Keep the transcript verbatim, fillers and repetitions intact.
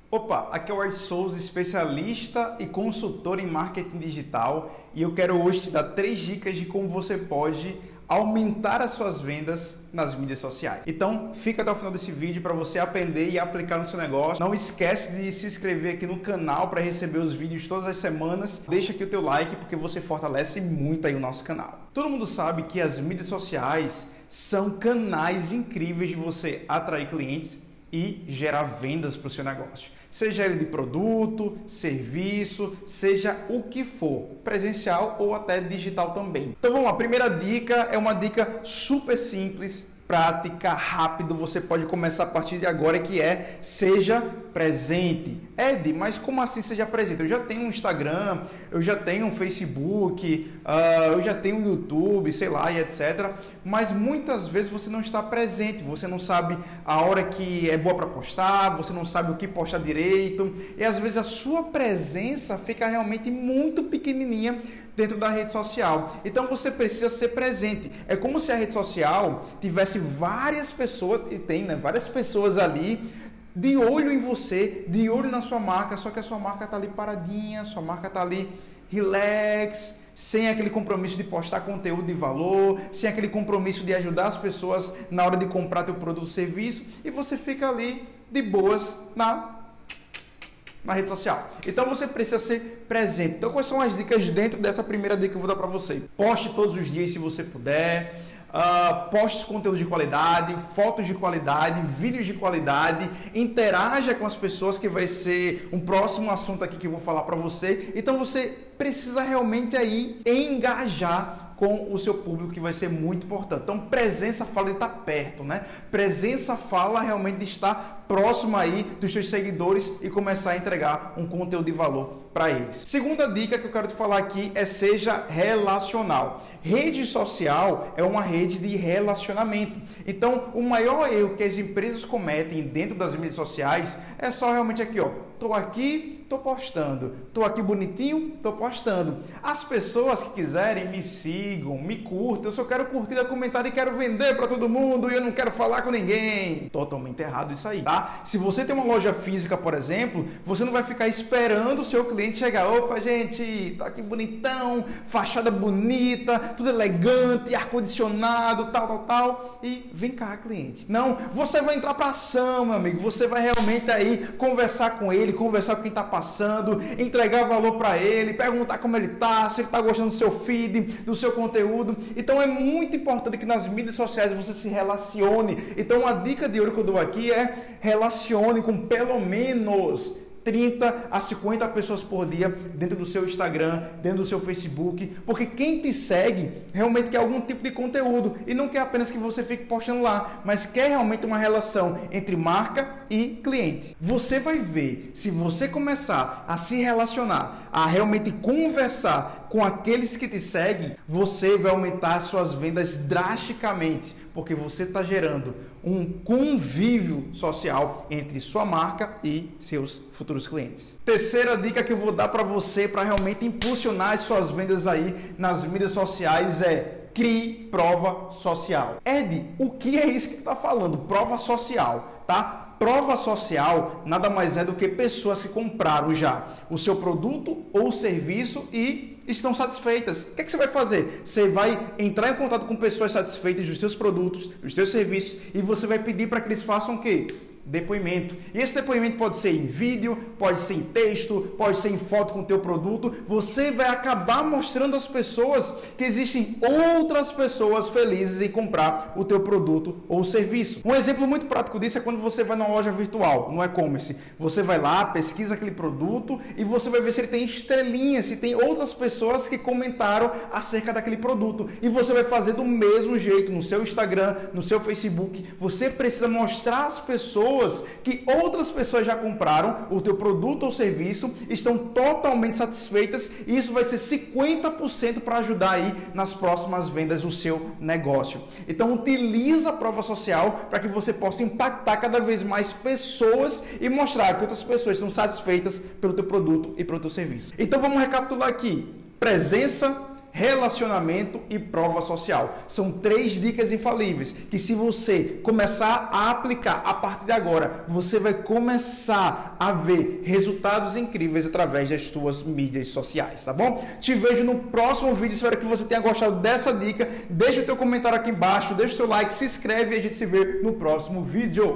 Opa, aqui é o Ed Souza, especialista e consultor em marketing digital, e eu quero hoje te dar três dicas de como você pode aumentar as suas vendas nas mídias sociais. Então, fica até o final desse vídeo para você aprender e aplicar no seu negócio. Não esquece de se inscrever aqui no canal para receber os vídeos todas as semanas. Deixa aqui o teu like porque você fortalece muito aí o nosso canal. Todo mundo sabe que as mídias sociais são canais incríveis de você atrair clientes e gerar vendas para o seu negócio. Seja ele de produto, serviço, seja o que for, presencial ou até digital também. Então vamos lá, a primeira dica é uma dica super simples, prática, rápido, você pode começar a partir de agora, que é seja presente. Ed, mas como assim seja presente? Eu já tenho um Instagram, eu já tenho um Facebook, uh, eu já tenho um YouTube, sei lá, e etcétera. Mas muitas vezes você não está presente, você não sabe a hora que é boa para postar, você não sabe o que postar direito, e às vezes a sua presença fica realmente muito pequenininha dentro da rede social. Então você precisa ser presente. É como se a rede social tivesse várias pessoas, e tem, né, várias pessoas ali de olho em você, de olho na sua marca, só que a sua marca está ali paradinha, sua marca está ali relax, sem aquele compromisso de postar conteúdo de valor, sem aquele compromisso de ajudar as pessoas na hora de comprar teu produto ou serviço, e você fica ali de boas na na rede social. Então você precisa ser presente. Então quais são as dicas dentro dessa primeira dica que eu vou dar para você? Poste todos os dias se você puder. Uh, poste conteúdo de qualidade, fotos de qualidade, vídeos de qualidade, interaja com as pessoas, que vai ser um próximo assunto aqui que eu vou falar para você. Então você precisa realmente aí engajar com o seu público, que vai ser muito importante. Então presença fala de estar perto, né? Presença fala realmente de estar próximo aí dos seus seguidores e começar a entregar um conteúdo de valor para eles. Segunda dica que eu quero te falar aqui é seja relacional. Rede social é uma rede de relacionamento. Então o maior erro que as empresas cometem dentro das mídias sociais é só realmente aqui, ó, tô aqui, tô postando, tô aqui bonitinho, tô postando. As pessoas que quiserem me sigam, me curtam, eu só quero curtir, comentar e quero vender para todo mundo e eu não quero falar com ninguém. Totalmente errado isso aí, tá? Se você tem uma loja física, por exemplo, você não vai ficar esperando o seu cliente chegar. Opa, gente, tá aqui bonitão, fachada bonita, tudo elegante, ar-condicionado, tal, tal, tal, e vem cá, cliente. Não, você vai entrar para ação, meu amigo, você vai realmente aí conversar com ele, conversar com quem está passando, entregar valor para ele, perguntar como ele está, se ele está gostando do seu feed, do seu conteúdo. Então é muito importante que nas mídias sociais você se relacione. Então uma dica de ouro que eu dou aqui é relacione com pelo menos trinta a cinquenta pessoas por dia dentro do seu Instagram, dentro do seu Facebook, porque quem te segue realmente quer algum tipo de conteúdo e não quer apenas que você fique postando lá, mas quer realmente uma relação entre marca e cliente. Você vai ver, se você começar a se relacionar, a realmente conversar com aqueles que te seguem, você vai aumentar suas vendas drasticamente, porque você está gerando um convívio social entre sua marca e seus futuros clientes. Terceira dica que eu vou dar para você para realmente impulsionar as suas vendas aí nas mídias sociais é crie prova social. Ed, o que é isso que tu está falando? Prova social, tá? Prova social nada mais é do que pessoas que compraram já o seu produto ou serviço e estão satisfeitas. O que é que você vai fazer? Você vai entrar em contato com pessoas satisfeitas dos seus produtos, dos seus serviços, e você vai pedir para que eles façam o quê? Depoimento. E esse depoimento pode ser em vídeo, pode ser em texto, pode ser em foto com o teu produto. Você vai acabar mostrando às pessoas que existem outras pessoas felizes em comprar o teu produto ou serviço. Um exemplo muito prático disso é quando você vai numa loja virtual, no e-commerce. Você vai lá, pesquisa aquele produto e você vai ver se ele tem estrelinhas, se tem outras pessoas que comentaram acerca daquele produto. E você vai fazer do mesmo jeito no seu Instagram, no seu Facebook. Você precisa mostrar às pessoas que outras pessoas já compraram o teu produto ou serviço, estão totalmente satisfeitas, e isso vai ser cinquenta por cento para ajudar aí nas próximas vendas do seu negócio. Então utiliza a prova social para que você possa impactar cada vez mais pessoas e mostrar que outras pessoas estão satisfeitas pelo teu produto e pelo teu serviço. Então vamos recapitular aqui: presença, relacionamento e prova social. São três dicas infalíveis que, se você começar a aplicar a partir de agora, você vai começar a ver resultados incríveis através das suas mídias sociais, tá bom? Te vejo no próximo vídeo, espero que você tenha gostado dessa dica. Deixa o teu comentário aqui embaixo, deixa o seu like, se inscreve e a gente se vê no próximo vídeo.